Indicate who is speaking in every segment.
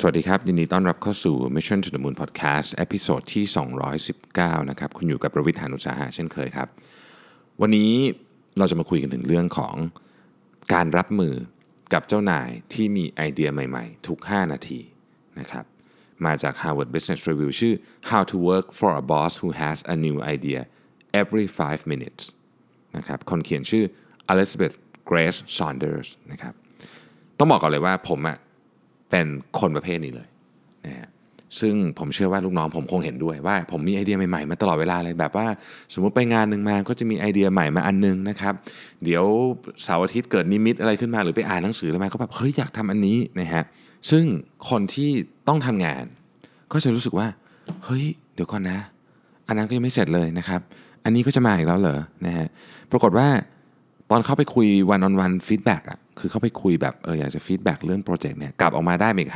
Speaker 1: วัสดีครับยินดีต้อนรับเข้าสู่ Mission to the Moon Podcast เอพิโซดที่219นะครับคุณอยู่กับประวิทย์ หาญอุตสาหะเช่นเคยครับวันนี้เราจะมาคุยกันถึงเรื่องของการรับมือกับเจ้านายที่มีไอเดียใหม่ๆทุก5นาทีนะครับมาจาก Harvard Business Review ชื่อ How to Work for a Boss Who Has a New Idea Every 5 Minutes นะครับคนเขียนชื่อ Elizabeth Grace Saunders นะครับต้องบอกก่อนเลยว่าผมเป็นคนประเภทนี้เลยนะฮะซึ่งผมเชื่อว่าลูกน้องผมคงเห็นด้วยว่าผมมีไอเดียใหม่ๆมาตลอดเวลาเลยแบบว่าสมมุติไปงานนึงมาก็จะมีไอเดียใหม่มาอันนึงนะครับเดี๋ยวเสาร์อาทิตย์เกิดนิมิตอะไรขึ้นมาหรือไปอ่านหนังสืออะไรมาก็แบบเฮ้ยอยากทำอันนี้นะฮะซึ่งคนที่ต้องทำงานก็จะรู้สึกว่าเฮ้ยเดี๋ยวก่อนนะอันนั้นก็ยังไม่เสร็จเลยนะครับอันนี้ก็จะมาอีกแล้วเหรอนะฮะปรากฏว่าตอนเข้าไปคุย one on one feedback คือเข้าไปคุยแบบอยากจะฟีดแบ็กเรื่องโปรเจกต์เนี่ยกลับออกมาได้อีก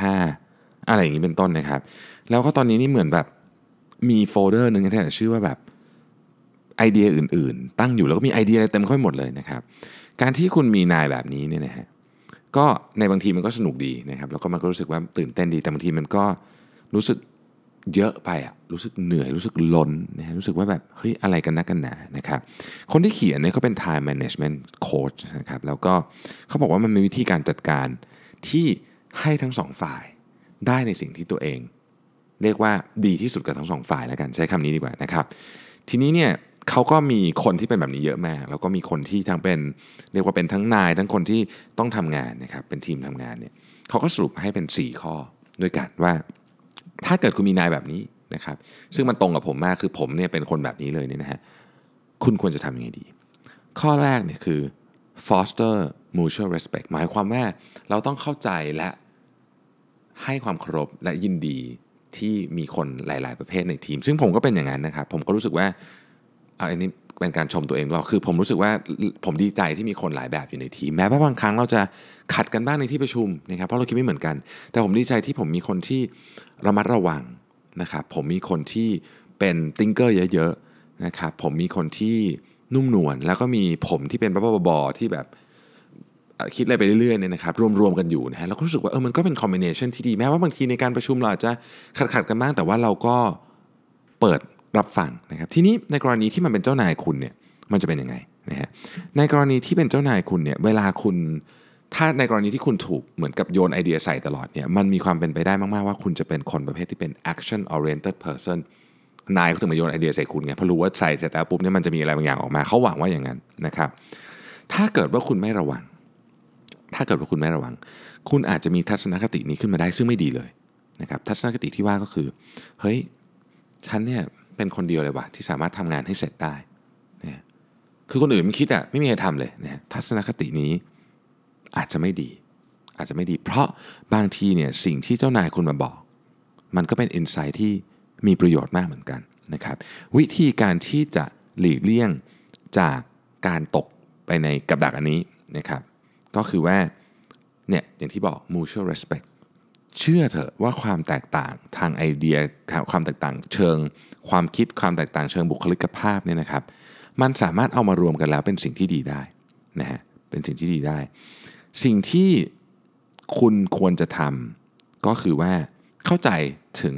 Speaker 1: 5อะไรอย่างนี้เป็นต้นนะครับแล้วก็ตอนนี้นี่เหมือนแบบมีโฟลเดอร์นึงที่ชื่อว่าแบบไอเดียอื่นๆตั้งอยู่แล้วก็มีไอเดียอะไรเต็มไปหมดเลยนะครับการที่คุณมีนายแบบนี้เนี่ยนะฮะก็ในบางทีมันก็สนุกดีนะครับแล้วก็มันก็รู้สึกว่าตื่นเต้นดีแต่บางทีมันก็รู้สึกเยอะไปรู้สึกเหนื่อยรู้สึกล้นนะฮะรู้สึกว่าแบบเฮ้ยอะไรกันนักกันหนานะครับคนที่เขียนเนี่ยเขาเป็น time management coach นะครับแล้วก็เขาบอกว่ามันมีวิธีการจัดการที่ให้ทั้งสองฝ่ายได้ในสิ่งที่ตัวเองเรียกว่าดีที่สุดกับทั้งสองฝ่ายแล้วกันใช้คำนี้ดีกว่านะครับทีนี้เนี่ยเขาก็มีคนที่เป็นแบบนี้เยอะมากแล้วก็มีคนที่ทั้งเป็นเรียกว่าเป็นทั้งนายทั้งคนที่ต้องทำงานนะครับเป็นทีมทำงานเนี่ยเขาก็สรุปให้เป็น4ข้อด้วยกันว่าถ้าเกิดคุณมีนายแบบนี้นะครับซึ่งมันตรงกับผมมากคือผมเนี่ยเป็นคนแบบนี้เลยเนี่ยนะฮะคุณควรจะทำยังไงดีข้อแรกเนี่ยคือ foster mutual respect หมายความว่าเราต้องเข้าใจและให้ความเคารพและยินดีที่มีคนหลายๆประเภทในทีมซึ่งผมก็เป็นอย่างนั้นนะครับผมก็รู้สึกว่าอันนี้เป็นการชมตัวเองว่าคือผมรู้สึกว่าผมดีใจที่มีคนหลายแบบอยู่ในทีมแม้ว่าบางครั้งเราจะขัดกันบ้างในที่ประชุมนะครับเพราะเราคิดไม่เหมือนกันแต่ผมดีใจที่ผมมีคนที่ระมัดระวังนะครับผมมีคนที่เป็นทิงเกอร์เยอะๆนะครับผมมีคนที่นุ่มนวลแล้วก็มีผมที่เป็นบ้าๆบอๆที่แบบคิดอะไรไปเรื่อยๆเนี่ยนะครับรวมๆกันอยู่นะฮะเราก็รู้สึกว่ามันก็เป็นคอมบิเนชันที่ดีแม้ว่าบางทีในการประชุมเราอาจจะขัดกันบ้างแต่ว่าเราก็เปิดรับฟังนะครับทีนี้ในกรณีที่มันเป็นเจ้านายคุณเนี่ยมันจะเป็นยังไงนะฮะในกรณีที่เป็นเจ้านายคุณเนี่ยเวลาคุณถ้าในกรณีที่คุณถูกเหมือนกับโยนไอเดียใส่ตลอดเนี่ยมันมีความเป็นไปได้มากๆว่าคุณจะเป็นคนประเภทที่เป็น action oriented person นายเขาถึงมาโยนไอเดียใส่คุณไงเพราะรู้ว่าใส่เสร็จแล้วปุ๊บเนี่ยมันจะมีอะไรบางอย่างออกมาเขาหวังว่าอย่างนั้นนะครับถ้าเกิดว่าคุณไม่ระวังคุณอาจจะมีทัศนคตินี้ขึ้นมาได้ซึ่งไม่ดีเลยนะครับทัศนคติที่ว่าก็คือเฮ้ยฉันเนี่ยเป็นคนเดียวเลยว่ะที่สามารถทำงานให้เสร็จได้นะคือคนอื่นมันคิดไม่มีใครทำเลยนะทัศนคตินี้อาจจะไม่ดีเพราะบางทีเนี่ยสิ่งที่เจ้านายคุณมาบอกมันก็เป็นอินไซต์ที่มีประโยชน์มากเหมือนกันนะครับวิธีการที่จะหลีกเลี่ยงจากการตกไปในกับดักอันนี้นะครับก็คือว่าเนี่ยอย่างที่บอก mutual respect เชื่อเถอะว่าความแตกต่างทางไอเดียความแตกต่างเชิงความคิดความแตกต่างเชิงบุคลิกภาพเนี่ยนะครับมันสามารถเอามารวมกันแล้วเป็นสิ่งที่ดีได้นะฮะเป็นสิ่งที่ดีได้สิ่งที่คุณควรจะทำก็คือว่าเข้าใจถึง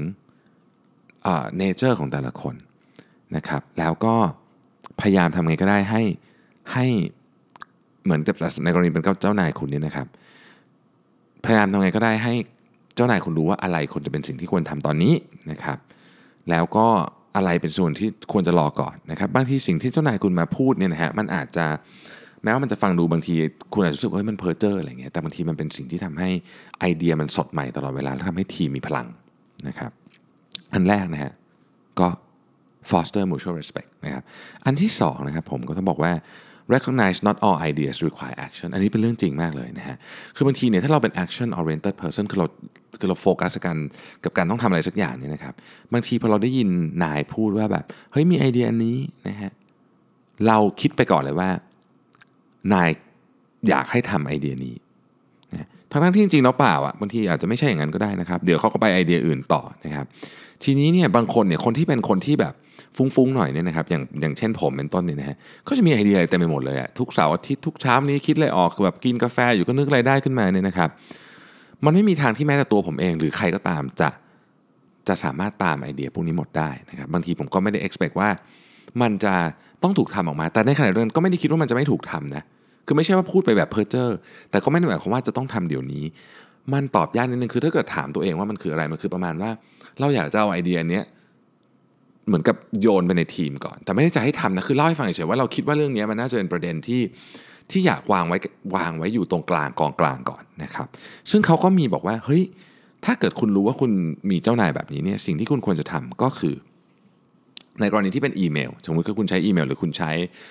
Speaker 1: nature ของแต่ละคนนะครับแล้วก็พยายามทำไงก็ได้ให้เหมือนกับในกรณีเป็นเจ้านายคุณเนี่ยนะครับพยายามทำไงก็ได้ให้เจ้านายคุณรู้ว่าอะไรควรจะเป็นสิ่งที่ควรทำตอนนี้นะครับแล้วก็อะไรเป็นส่วนที่ควรจะรอก่อนนะครับบางทีสิ่งที่เจ้านายคุณมาพูดเนี่ยนะฮะมันอาจจะแม้ว่ามันจะฟังดูบางทีคุณอาจจะรู้สึกว่ามันเพ้อเจ้ออะไรเงี้ยแต่บางทีมันเป็นสิ่งที่ทำให้ไอเดียมันสดใหม่ตลอดเวลาและทำให้ทีมมีพลังนะครับอันแรกนะฮะก็ foster mutual respect นะครับอันที่สองนะครับผมก็ต้องบอกว่า recognize not all ideas require action อันนี้เป็นเรื่องจริงมากเลยนะฮะคือบางทีเนี่ยถ้าเราเป็น action oriented person คือเราโฟกัสกับการต้องทำอะไรสักอย่างเนี่ยนะครับบางทีพอเราได้ยินนายพูดว่าแบบเฮ้ยมีไอเดียอันนี้นะฮะเราคิดไปก่อนเลยว่านายอยากให้ทำไอเดียนี้นะทั้งที่จริงๆแล้วเปล่าบางทีอาจจะไม่ใช่อย่างนั้นก็ได้นะครับเดี๋ยวเขาก็ไปไอเดียอื่นต่อนะครับทีนี้เนี่ยบางคนเนี่ยคนที่เป็นคนที่แบบฟุ้งๆหน่อยเนี่ยนะครับอย่างเช่นผมเป็นต้นเนี่ยนะฮะก็จะมีไอเดียอะไรเต็มไปหมดเลยทุกเสาร์อาทิตย์ทุกเช้านี้คิดอะไรออกแบบกินกาแฟอยู่ก็นึกอะไรได้ขึ้นมาเนี่ยนะครับมันไม่มีทางที่แม้แต่ตัวผมเองหรือใครก็ตามจะสามารถตามไอเดียพวกนี้หมดได้นะครับบางทีผมก็ไม่ได้ expect ว่ามันจะต้องถูกทำออกมาแต่ในขณะเดียวกันก็ไม่ได้คิดว่ามันจะไม่ถูกทำนะคือไม่ใช่ว่าพูดไปแบบเพ้อเจ้อแต่ก็ไม่ได้หมายความว่าจะต้องทำเดี๋ยวนี้มันตอบยากนิดนึงคือถ้าเกิดถามตัวเองว่ามันคืออะไรมันคือประมาณว่าเราอยากจะเอาไอเดียเนี้ยเหมือนกับโยนไปในทีมก่อนแต่ไม่ได้จะให้ทำนะคือเล่าให้ฟังเฉยๆว่าเราคิดว่าเรื่องนี้มันน่าจะเป็นประเด็นที่อยากวางไว้อยู่ตรงกลางกองกลางก่อนนะครับซึ่งเขาก็มีบอกว่าเฮ้ยถ้าเกิดคุณรู้ว่าคุณมีเจ้านายแบบนี้เนี่ยสิ่งที่คุณควรจะทำก็คือในกรณีที่เป็นอีเมลสมมติว่าคุณใช้อีเมลหรือคุณใช้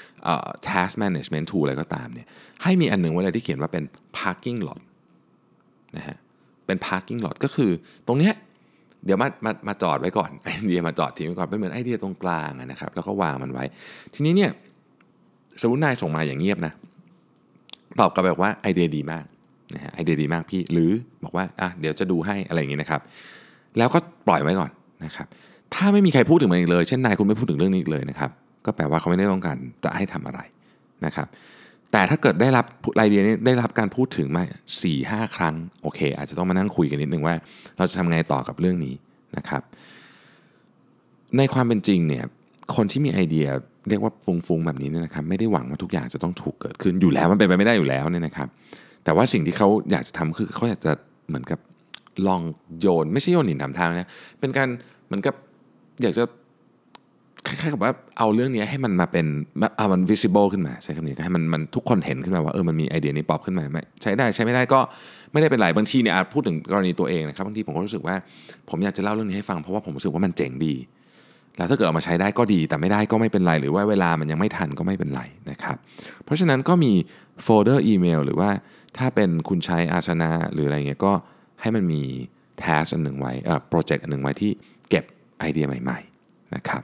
Speaker 1: task management tool อะไรก็ตามเนี่ยให้มีอันนึงไว้เลยที่เขียนว่าเป็น parking lot นะฮะเป็น parking lot ก็คือตรงเนี้ยเดี๋ยวมาจอดไว้ก่อนไอเดียมาจอดทิ้งไว้ก่อนเป็นเหมือนไอเดียตรงกลางนะครับแล้วก็วางมันไว้ทีนี้เนี่ยสมมตินายส่งมาอย่างเงียบนะตอบกลับแบบว่าไอเดียดีมากนะฮะไอเดียดีมากพี่หรือบอกว่าเดี๋ยวจะดูให้อะไรอย่างงี้นะครับแล้วก็ปล่อยไว้ก่อนนะครับถ้าไม่มีใครพูดถึงมันอีกเลยเช่นนายคุณไม่พูดถึงเรื่องนี้อีกเลยนะครับก็แปลว่าเขาไม่ได้ต้องการจะให้ทำอะไรนะครับแต่ถ้าเกิดได้รับไอเดียนี้ได้รับการพูดถึงมา 4-5 ครั้งโอเคอาจจะต้องมานั่งคุยกันนิดนึงว่าเราจะทำไงต่อกับเรื่องนี้นะครับในความเป็นจริงเนี่ยคนที่มีไอเดียเรียกว่าฟุ้งๆแบบนี้เนี่ยนะครับไม่ได้หวังว่าทุกอย่างจะต้องถูกเกิดขึ้นอยู่แล้วมันเป็นไปไม่ได้อยู่แล้วเนี่ยนะครับแต่ว่าสิ่งที่เขาอยากจะทำคือเขาอยากจะเหมือนกับลองโยนไม่ใช่โยนหินถามทางนะเป็นการเหมือนกับอยากจะคล้ายๆกับว่าเอาเรื่องนี้ให้มันมาเป็นมัน visible ขึ้นมาใช้คำนี้ให้มันทุกคนเห็นขึ้นมาว่ามันมีไอเดียนี้ป๊อปขึ้นมาใช้ได้ใช้ไม่ได้ก็ไม่ได้เป็นไรบางทีเนี่ยพูดถึงกรณีตัวเองนะครับบางทีผมก็รู้สึกว่าผมอยากจะเล่าเรื่องนี้ให้ฟังเพราะว่าผมรู้สึกว่ามันเจ๋งดีแล้วถ้าเกิดเอามาใช้ได้ก็ดีแต่ไม่ได้ก็ไม่เป็นไรหรือว่าเวลามันยังไม่ทันก็ไม่เป็นไรนะครับเพราะฉะนั้นก็มีโฟลเดอร์อีเมลหรือว่าถ้าเป็นคุณใช้ Asana หรืออะไรเงี้ยก็ให้มันมี task อันหนึ่งไว้โปรเจกต์อันหนึ่งไว้ที่เก็บไอเดียใหม่ๆนะครับ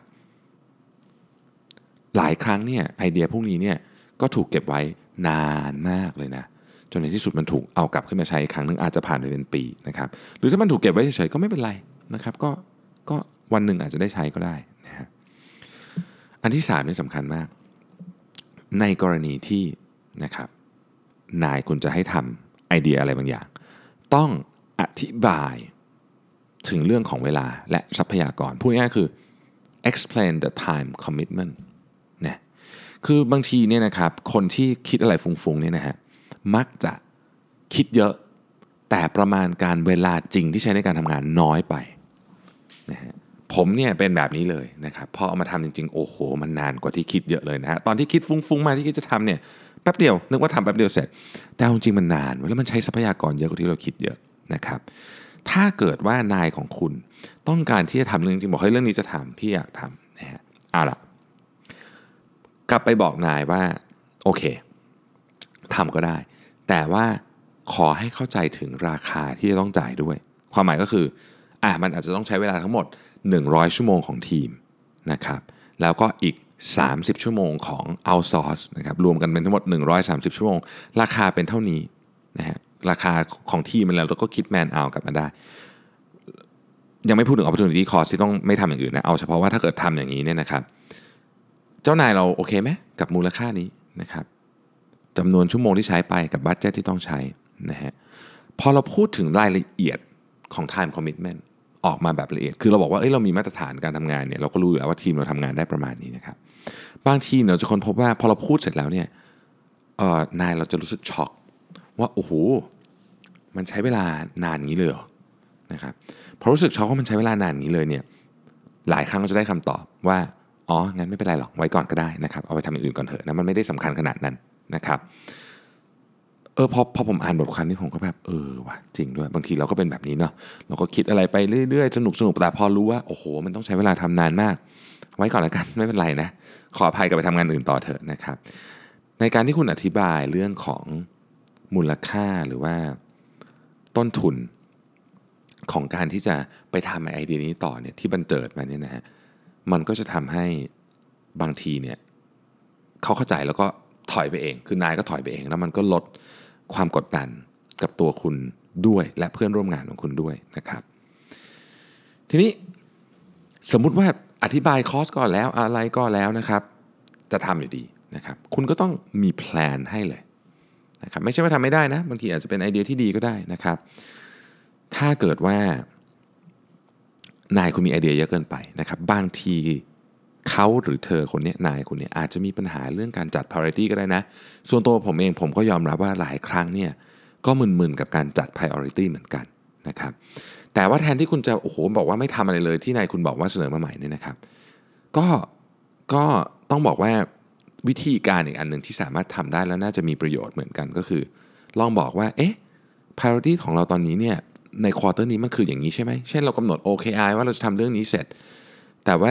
Speaker 1: หลายครั้งเนี่ยไอเดียพวกนี้เนี่ยก็ถูกเก็บไว้นานมากเลยนะจนในที่สุดมันถูกเอากลับขึ้นมาใช้อีกครั้งนึงอาจจะผ่านไปเป็นปีนะครับหรือถ้ามันถูกเก็บไว้เฉยๆก็ไม่เป็นไรนะครับก็วันหนึ่งอาจจะได้ใช้ก็ได้นะฮะอันที่3นี่สำคัญมากในกรณีที่นะครับนายคุณจะให้ทำไอเดียอะไรบางอย่างต้องอธิบายถึงเรื่องของเวลาและทรัพยากรพูดง่ายๆคือ explain the time commitment เนี่ยคือบางทีเนี่ยนะครับคนที่คิดอะไรฟุ้งๆเนี่ยนะฮะมักจะคิดเยอะแต่ประมาณการเวลาจริงที่ใช้ในการทำงานน้อยไปนะฮะผมเนี่ยเป็นแบบนี้เลยนะครับพอเอามาทำจริงๆโอ้โหมันนานกว่าที่คิดเยอะเลยนะฮะตอนที่คิดฟุ้งๆมาที่คิดจะทำเนี่ยแป๊บเดียวนึกว่าทำแป๊บเดียวเสร็จแต่จริงๆมันนานแล้วมันใช้ทรัพยากรเยอะกว่าที่เราคิดเยอะนะครับถ้าเกิดว่านายของคุณต้องการที่จะทำเรื่องจริงบอกให้เรื่องนี้จะทำพี่อยากทำนะฮะเอาล่ะกลับไปบอกนายว่าโอเคทำก็ได้แต่ว่าขอให้เข้าใจถึงราคาที่จะต้องจ่ายด้วยความหมายก็คือมันอาจจะต้องใช้เวลาทั้งหมด100ชั่วโมงของทีมนะครับแล้วก็อีก30ชั่วโมงของ outsource นะครับรวมกันเป็นทั้งหมด130ชั่วโมงราคาเป็นเท่านี้นะฮะราคาของทีมมันแล้วเราก็คิด man hour กลับมาได้ยังไม่พูดถึง opportunity cost ที่ต้องไม่ทำอย่างอื่นนะเอาเฉพาะว่าถ้าเกิดทำอย่างนี้เนี่ยนะครับเจ้านายเราโอเคไหมกับมูลค่านี้นะครับจำนวนชั่วโมงที่ใช้ไปกับบัดเจ็ตที่ต้องใช้นะฮะพอเราพูดถึงรายละเอียดของ time commitment ออกมาแบบละเอียดคือเราบอกว่าเรามีมาตรฐานการทำงานเนี่ยเราก็รู้อยู่แล้วว่าทีมเราทำงานได้ประมาณนี้นะครับบางทีเราจะค้นพบว่าพอเราพูดเสร็จแล้วเนี่ยนายเราจะรู้สึกช็อกว่าโอ้โหมันใช้เวลานานงี้เลยเหรอนะครับพอรู้สึกช็อกว่ามันใช้เวลานานงี้เลยเนี่ยหลายครั้งเราจะได้คำตอบว่างั้นไม่เป็นไรหรอกไว้ก่อนก็ได้นะครับเอาไปทำอย่างอื่นก่อนเถอะนะมันไม่ได้สำคัญขนาดนั้นนะครับพอผมอ่านบทความนี้ผมก็แบบว่ะจริงด้วยบางทีเราก็เป็นแบบนี้เนาะเราก็คิดอะไรไปเรื่อยๆสนุกแต่พอรู้ว่าโอ้โหมันต้องใช้เวลาทำนานมากไว้ก่อนแล้วกันไม่เป็นไรนะขออภัยกลับไปทำงานอื่นต่อเถอะนะครับในการที่คุณอธิบายเรื่องของมูลค่าหรือว่าต้นทุนของการที่จะไปทำไอเดียนี้ต่อเนี่ยที่บันเจิดมาเนี่ยนะฮะมันก็จะทำให้บางทีเนี่ยเขาเข้าใจแล้วก็ถอยไปเองคือนายก็ถอยไปเองแล้วมันก็ลดความกดดันกับตัวคุณด้วยและเพื่อนร่วมงานของคุณด้วยนะครับทีนี้สมมุติว่าอธิบายคอสก็แล้วอะไรก็แล้วนะครับจะทำอยู่ดีนะครับคุณก็ต้องมีแพลนให้เลยนะครับไม่ใช่ว่าทำไม่ได้นะบางทีอาจจะเป็นไอเดียที่ดีก็ได้นะครับถ้าเกิดว่านายคุณมีไอเดียเยอะเกินไปนะครับบางทีเขาหรือเธอคนนี้นายคนนี้อาจจะมีปัญหาเรื่องการจัด priority ก็ได้นะส่วนตัวผมเองผมก็ยอมรับว่าหลายครั้งเนี่ยก็มึนๆกับการจัด priority เหมือนกันนะครับแต่ว่าแทนที่คุณจะโอ้โหบอกว่าไม่ทำอะไรเลยที่นายคุณบอกว่าเสนอมาใหม่เนี่ยนะครับก็ก็ต้องบอกว่าวิธีการอีกอันหนึ่งที่สามารถทำได้แล้วน่าจะมีประโยชน์เหมือนกันก็คือลองบอกว่าpriority ของเราตอนนี้เนี่ยในควอเตอร์นี้มันคืออย่างนี้ใช่ไหมเช่นเรากำหนด OKR ว่าเราจะทำเรื่องนี้เสร็จแต่ว่า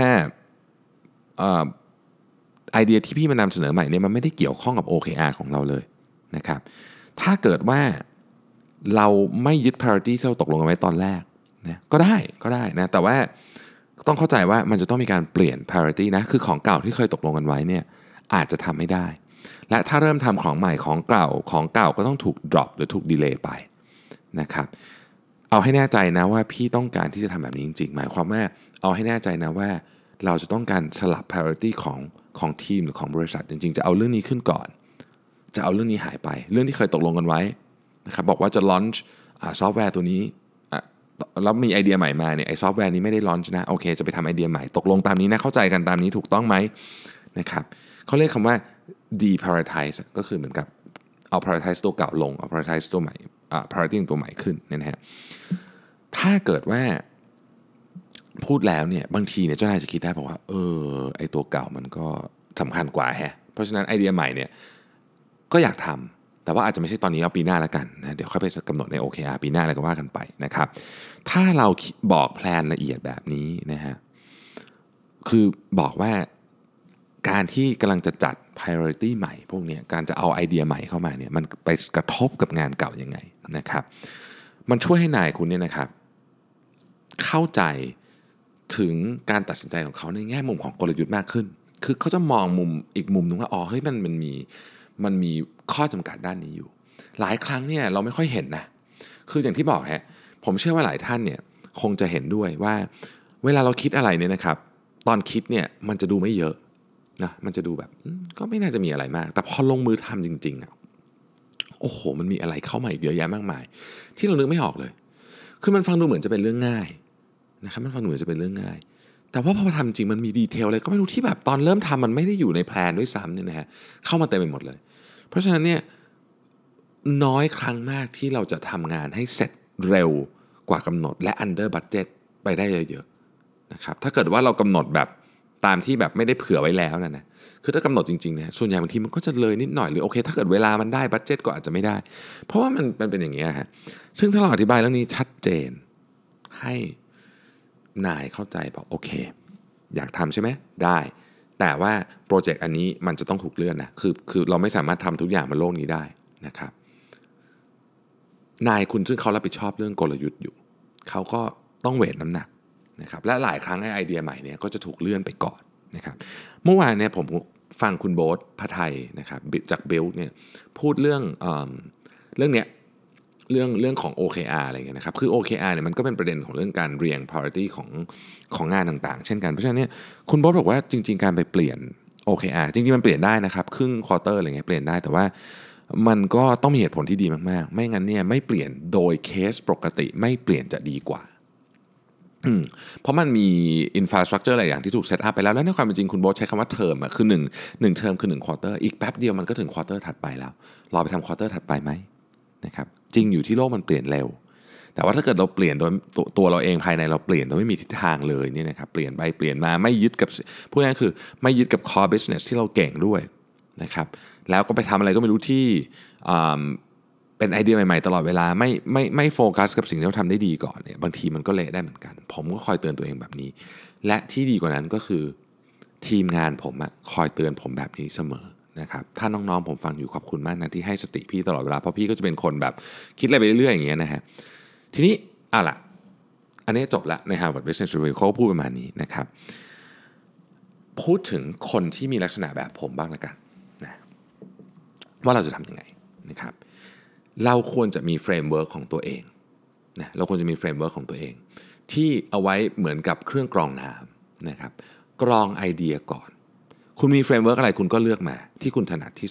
Speaker 1: ไอเดียที่พี่มานำเสนอใหม่เนี่ยมันไม่ได้เกี่ยวข้องกับ OKR ของเราเลยนะครับถ้าเกิดว่าเราไม่ยึด priority ที่เราตกลงกันไว้ตอนแรกนะก็ได้นะแต่ว่าต้องเข้าใจว่ามันจะต้องมีการเปลี่ยน priority นะคือของเก่าที่เคยตกลงกันไว้เนี่ยอาจจะทำไม่ได้และถ้าเริ่มทำของใหม่ของเก่าก็ต้องถูก drop หรือถูก delay ไปนะครับเอาให้แน่ใจนะว่าพี่ต้องการที่จะทำแบบนี้จริงๆหมายความว่าเอาให้แน่ใจนะว่าเราจะต้องการสลับ priority ของทีมหรือของบริษัทจริงๆจะเอาเรื่องนี้ขึ้นก่อนจะเอาเรื่องนี้หายไปเรื่องที่เคยตกลงกันไว้นะครับบอกว่าจะ launch ซอฟต์แวร์ตัวนี้แล้วมีไอเดียใหม่มาเนี่ยไอซอฟต์แวร์นี้ไม่ได้ launch นะโอเคจะไปทำไอเดียใหม่ตกลงตามนี้นะเข้าใจกันตามนี้ถูกต้องไหมนะครับเขาเรียกคำว่า deprioritize ก็คือเหมือนกับเอา prioritize ตัวเก่าลงเอา prioritize ตัวใหม่priority ตัวใหม่ขึ้นนะฮะถ้าเกิดว่าพูดแล้วเนี่ยบางทีเนี่ยเจ้านายจะคิดได้บอกว่าไอตัวเก่ามันก็สำคัญกว่าเพราะฉะนั้นไอเดียใหม่เนี่ยก็อยากทำแต่ว่าอาจจะไม่ใช่ตอนนี้เอาปีหน้าแล้วกันนะเดี๋ยวค่อยไปกำหนดใน OKR ปีหน้าอะไรก็ว่ากันไปนะครับถ้าเราบอกแพลนละเอียดแบบนี้นะฮะคือบอกว่าการที่กำลังจะจัด priority ใหม่พวกนี้การจะเอาไอเดียใหม่เข้ามาเนี่ยมันไปกระทบกับงานเก่ายังไงนะครับมันช่วยให้นายคุณเนี่ยนะครับเข้าใจถึงการตัดสินใจของเขาในแง่มุมของกลยุทธ์มากขึ้นคือเขาจะมองมุมอีกมุมนึงว่าเฮ้ยมันมีข้อจำกัดด้านนี้อยู่หลายครั้งเนี่ยเราไม่ค่อยเห็นนะคืออย่างที่บอกผมเชื่อว่าหลายท่านเนี่ยคงจะเห็นด้วยว่าเวลาเราคิดอะไรเนี่ยนะครับตอนคิดเนี่ยมันจะดูไม่เยอะนะมันจะดูแบบก็ไม่น่าจะมีอะไรมากแต่พอลงมือทำจริงๆโอ้โหมันมีอะไรเข้ามาอีกเยอะแยะมากมายที่เรานึกไม่ออกเลยคือมันฟังดูเหมือนจะเป็นเรื่องง่ายนะครับมันฟังดูเหมือนจะเป็นเรื่องง่ายแต่ว่าพอทำจริงมันมีดีเทลอะไรก็ไม่รู้ที่แบบตอนเริ่มทำมันไม่ได้อยู่ในแพลนด้วยซ้ำเนี่ยนะฮะเข้ามาเต็มไปหมดเลยเพราะฉะนั้นเนี่ยน้อยครั้งมากที่เราจะทำงานให้เสร็จเร็วกว่ากำหนดและ under budget ไปได้เยอะๆนะครับถ้าเกิดว่าเรากำหนดแบบตามที่แบบไม่ได้เผื่อไว้แล้วนะคือถ้ากำหนดจริงๆเนี่ยส่วนใหญ่บางทีมันก็จะเลยนิดหน่อยหรือโอเคถ้าเกิดเวลามันได้บัดเจ็ตก็อาจจะไม่ได้เพราะว่ามันเป็นอย่างเงี้ยฮะซึ่งถ้าเราอธิบายเรื่องนี้ชัดเจนให้นายเข้าใจบอกโอเคอยากทำใช่ไหมได้แต่ว่าโปรเจกต์อันนี้มันจะต้องถูกเลื่อนนะคือเราไม่สามารถทำทุกอย่างบนโลกนี้ได้นะครับนายคุณซึ่งเขารับผิดชอบเรื่องกลยุทธ์อยู่เขาก็ต้องเวทน้ำหนักนะครับและหลายครั้งไอเดียใหม่เนี่ยก็จะถูกเลื่อนไปก่อนนะครับเมื่อวานเนี่ยผมฟังคุณโบ๊ทพไทยนะครับจากเบลเนี่ยพูดเรื่องเนี้ยเรื่องของ OKR อะไรเงี้ยนะครับคือ OKR เนี่ยมันก็เป็นประเด็นของเรื่องการเรียง priority ของงานต่างๆเช่นกันเพราะฉะนั้นเนี่ยคุณโบ๊ทบอกว่าจริงๆการไปเปลี่ยน OKR จริงๆมันเปลี่ยนได้นะครับครึ่งควอเตอร์อะไรเงี้ยเปลี่ยนได้แต่ว่ามันก็ต้องมีเหตุผลที่ดีมากๆไม่งั้นเนี่ยไม่เปลี่ยนโดยเคสปกติไม่เปลี่ยนจะดีกว่าเพราะมันมี infrastructure หลายอย่างที่ถูกเซตอัพไปแล้วในความเป็นจริงคุณโบ๊ทใช้คำว่าเทอมคือ1เทอมคือ1ควอเตอร์อีกแป๊บเดียวมันก็ถึงควอเตอร์ถัดไปแล้วรอไปทำควอเตอร์ถัดไปไหมนะครับจริงอยู่ที่โลกมันเปลี่ยนเร็วแต่ว่าถ้าเกิดเราเปลี่ยนโดยตัวเราเองภายในเราเปลี่ยนโดยไม่มีทิศทางเลยเนี่ยนะครับเปลี่ยนไปเปลี่ยนมาไม่ยึดกับพูดง่ายๆคือไม่ยึดกับ core business ที่เราเก่งด้วยนะครับแล้วก็ไปทำอะไรก็ไม่รู้ที่เป็นไอเดียใหม่ๆตลอดเวลาไม่โฟกัสกับสิ่งที่เราทำได้ดีก่อนเนี่ยบางทีมันก็เละได้เหมือนกันผมก็คอยเตือนตัวเองแบบนี้และที่ดีกว่านั้นก็คือทีมงานผมคอยเตือนผมแบบนี้เสมอนะครับถ้าน้องๆผมฟังอยู่ขอบคุณมากนะที่ให้สติพี่ตลอดเวลาเพราะพี่ก็จะเป็นคนแบบคิดอะไรไปเรื่อยๆอย่างเงี้ยนะฮะทีนี้ล่ะอันนี้จบละใน Harvard Business Review เขาพูดประมาณนี้นะครับพูดถึงคนที่มีลักษณะแบบผมบ้างละกันนะว่าเราจะทำยังไงนะครับเราควรจะมีเฟรมเวิร์กของตัวเองนะเราควรจะมีเฟรมเวิร์กของตัวเองที่เอาไว้เหมือนกับเครื่องกรองน้ำนะครับกรองไอเดียก่อนคุณมีเฟรมเวิร์กอะไรคุณก็เลือกมาที่คุณถนัดที่สุด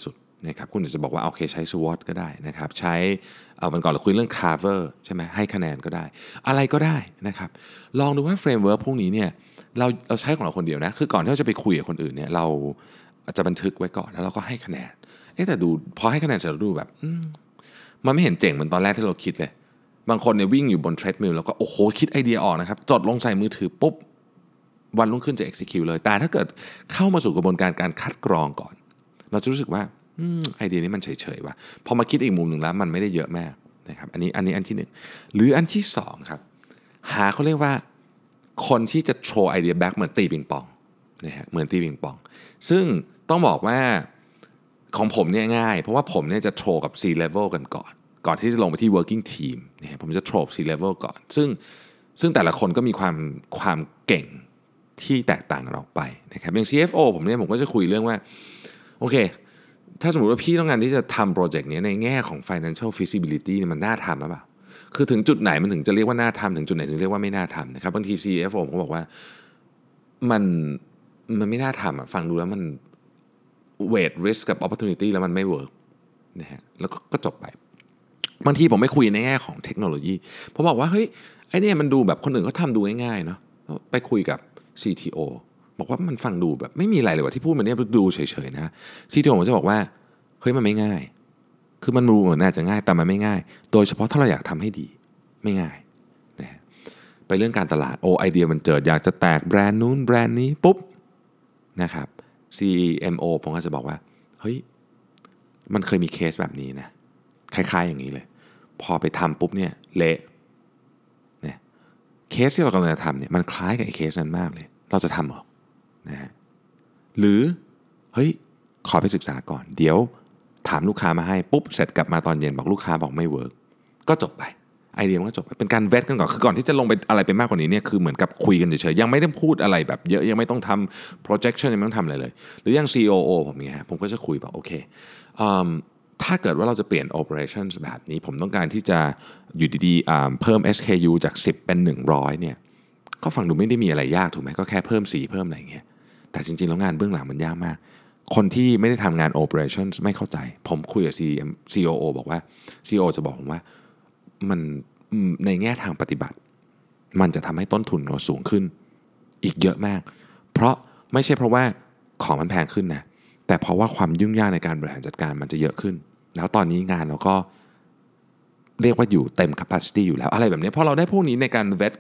Speaker 1: นะครับคุณอาจจะบอกว่าโอเคใช้ SWOT ก็ได้นะครับใช้วันก่อนเราคุยเรื่อง Carver ใช่ไหมให้คะแนนก็ได้อะไรก็ได้นะครับลองดูว่าเฟรมเวิร์กพวกนี้เนี่ยเราใช้ของเราคนเดียวนะคือก่อนที่เราจะไปคุยกับคนอื่นเนี่ยเราจะบันทึกไว้ก่อนแล้วเราก็ให้คะแนนแต่ดูพอให้คะแนนเสร็จเราดูแบบมันไม่เห็นเจ๋งเหมือนตอนแรกที่เราคิดเลยบางคนเนี่ยวิ่งอยู่บนเทรดมิลแล้วก็โอ้โหคิดไอเดียออกนะครับจดลงใส่มือถือปุ๊บวันรุ่งขึ้นจะ execute เลยแต่ถ้าเกิดเข้ามาสู่กระบวนการคัดกรองก่อนเราจะรู้สึกว่าไอเดียนี้มันเฉยๆว่ะพอมาคิดอีกมุมหนึ่งแล้วมันไม่ได้เยอะมากนะครับอันนี้อันที่1หรืออันที่2ครับหาเขาเรียกว่าคนที่จะโชว์ไอเดียแบ็กเหมือนตีปิงปองนะฮะเหมือนตีปิงปองซึ่งต้องบอกว่าของผมเนี่ยง่ายเพราะว่าผมเนี่ยจะโทรกับ C level กันก่อนที่จะลงไปที่ working team เนี่ยผมจะโทร C level ก่อนซึ่งแต่ละคนก็มีความเก่งที่แตกต่างกันออกไปนะครับอย่าง CFO ผมก็จะคุยเรื่องว่าโอเคถ้าสมมติว่าพี่ต้องการที่จะทำโปรเจกต์นี้ในแง่ของ financial feasibility เนี่ยมันน่าทำหรือเปล่าคือถึงจุดไหนมันถึงจะเรียกว่าน่าทำถึงจุดไหนถึงเรียกว่าไม่น่าทำนะครับบางที CFO ผมก็บอกว่ามันไม่น่าทำฟังดูแล้วมัน weight risk กับ opportunity แล้วมันไม่ work นะฮะแล้วก็จบไปบางทีผมไม่คุยในแง่ของเทคโนโลยีผมบอกว่าเฮ้ยไอ้นี่มันดูแบบคนอื่นเขาทำดูง่ายๆเนาะไปคุยกับ CTO บอกว่ามันฟังดูแบบไม่มีอะไรเลยว่ะที่พูดมันเนี่ยดูเฉยๆนะ CTO ผมจะบอกว่าเฮ้ยมันไม่ง่ายคือมันดูเหมือนน่าจะง่ายแต่มันไม่ง่ายโดยเฉพาะถ้าเราอยากทำให้ดีไม่ง่ายนะไปเรื่องการตลาดไอเดียมันเจิดอยากจะแตกแบรนด์นู้นแบรนด์นี้ปุ๊บนะครับ CMO ผมก็จะบอกว่าเฮ้ยมันเคยมีเคสแบบนี้นะคล้ายๆอย่างนี้เลยพอไปทำปุ๊บเนี่ยเละเนี่ยเคสที่เรากำลังจะทำเนี่ยมันคล้ายกับไอ้เคสนั้นมากเลยเราจะทำเหรอนะฮะหรือเฮ้ยขอไปศึกษาก่อนเดี๋ยวถามลูกค้ามาให้ปุ๊บเสร็จกลับมาตอนเย็นบอกลูกค้าบอกไม่เวิร์กก็จบไปไอเดียมันก็จบไปเป็นการเวทกันก่อนคือก่อนที่จะลงไปอะไรไปมากกว่านี้เนี่ยคือเหมือนกับคุยกันเฉยๆยังไม่ได้พูดอะไรแบบเยอะยังไม่ต้องทำ projection ยังไม่ต้องทำอะไรเลยหรืออย่าง COO ผมเนี่ยผมก็จะคุยบอกโอเคถ้าเกิดว่าเราจะเปลี่ยน operations แบบนี้ผมต้องการที่จะอยู่ดีๆเพิ่ม SKU จาก10เป็น100เนี่ยก็ฟังดูไม่ได้มีอะไรยากถูกไหมก็แค่เพิ่มสีเพิ่มอะไรอย่างเงี้ยแต่จริงๆแล้วงานเบื้องหลังมันยากมากคนที่ไม่ได้ทำงาน operations ไม่เข้าใจผมคุยกับ COO บอกว่า CEO จะบอกผมว่ามันในแง่ทางปฏิบัติมันจะทำให้ต้นทุนเราสูงขึ้นอีกเยอะมากเพราะไม่ใช่เพราะว่าของมันแพงขึ้นนะแต่เพราะว่าความยุ่งยากในการบริหารจัดการมันจะเยอะขึ้นแล้วตอนนี้งานเราก็เรียกว่าอยู่เต็ม capacity อยู่แล้วอะไรแบบนี้พอเราได้พวกนี้ในการเวท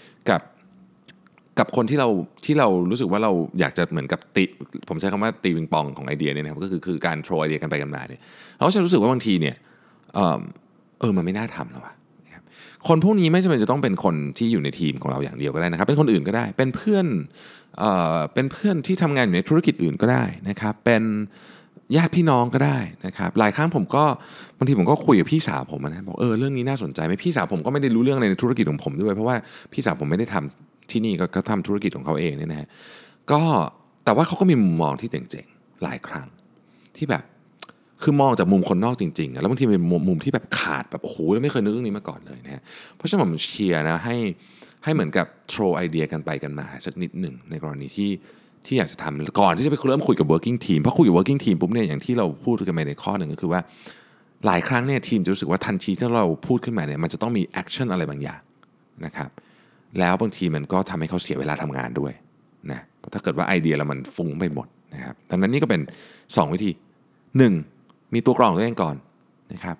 Speaker 1: กับคนที่เรารู้สึกว่าเราอยากจะเหมือนกับผมใช้คำว่าตีปิงปองของไอเดียเนี่ยนะครับก็คือการโทรไอเดียกันไปกันมาเนี่ยเราก็จะรู้สึกว่าบางทีเนี่ยมันไม่น่าทำแล้วอะคนพวกนี้ไม่จำเป็นจะต้องเป็นคนที่อยู่ในทีมของเราอย่างเดียวก็ได้นะครับเป็นคนอื่นก็ได้เป็นเพื่อนที่ทำงานอยู่ในธุรกิจอื่นก็ได้นะครับเป็นญาติพี่น้องก็ได้นะครับหลายครั้งบางทีผมก็คุยกับพี่สาวผมนะบอกเรื่องนี้น่าสนใจไหมพี่สาวผมก็ไม่ได้รู้เรื่องในธุรกิจของผมด้วยเพราะว่าพี่สาวผมไม่ได้ทำที่นี่ก็ทำธุรกิจของเขาเองเนี่ยนะฮะก็แต่ว่าเขาก็มีมุมมองที่เจ๋งๆหลายครั้งที่แบบคือมองจากมุมคนนอกจริงๆแล้วบางทีเป็นมุมที่แบบขาดแบบโอ้โหไม่เคยนึกเรื่องนี้มาก่อนเลยนะฮะเพราะฉะนั้นผมเชียร์นะให้เหมือนกับโทรไอเดียกันไปกันมาสักนิดหนึ่งในกรณีที่อยากจะทำก่อนที่จะไปเริ่มคุยกับ working team เพราะคุยกับ working team ปุ๊บเนี่ยอย่างที่เราพูดกันไปในข้อหนึ่งก็คือว่าหลายครั้งเนี่ยทีมจะรู้สึกว่าทันทีที่เราพูดขึ้นมาเนี่ยมันจะต้องมี action อะไรบางอย่างนะครับแล้วบางทีมันก็ทำให้เขาเสียเวลาทำงานด้วยนะถ้าเกิดว่าไอเดียเรามันฟุ้งไปหมดนะครับดังนั้นนี่ก็เป็น2วิธี1มีตัวกรองตัวเองก่อนนะครับ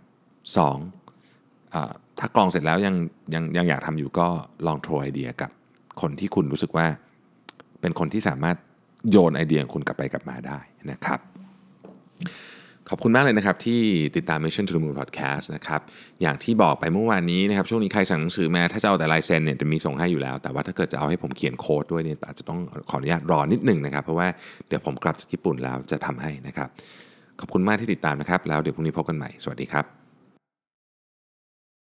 Speaker 1: 2ถ้ากรองเสร็จแล้วยังอยากทำอยู่ก็ลองโทรไอเดียกับคนที่คุณรู้สึกว่าเป็นคนที่สามารถโยนไอเดียของคุณกลับไปกลับมาได้นะครับขอบคุณมากเลยนะครับที่ติดตาม Mission to the Moon Podcast นะครับอย่างที่บอกไปเมื่อวานนี้นะครับช่วงนี้ใครสั่งหนังสือมาถ้าจะเอาแต่ลายเซ็นเนี่ยจะมีส่งให้อยู่แล้วแต่ว่าถ้าเกิดจะเอาให้ผมเขียนโค้ดด้วยเนี่ยอาจจะต้องขออนุญาตรอนิดนึงนะครับเพราะว่าเดี๋ยวผมกลับจากญี่ปุ่นแล้วจะทำให้นะครับขอบคุณมากที่ติดตามนะครับแล้วเดี๋ยวพรุ่งนี้พบกันใหม่สวัสดีครับ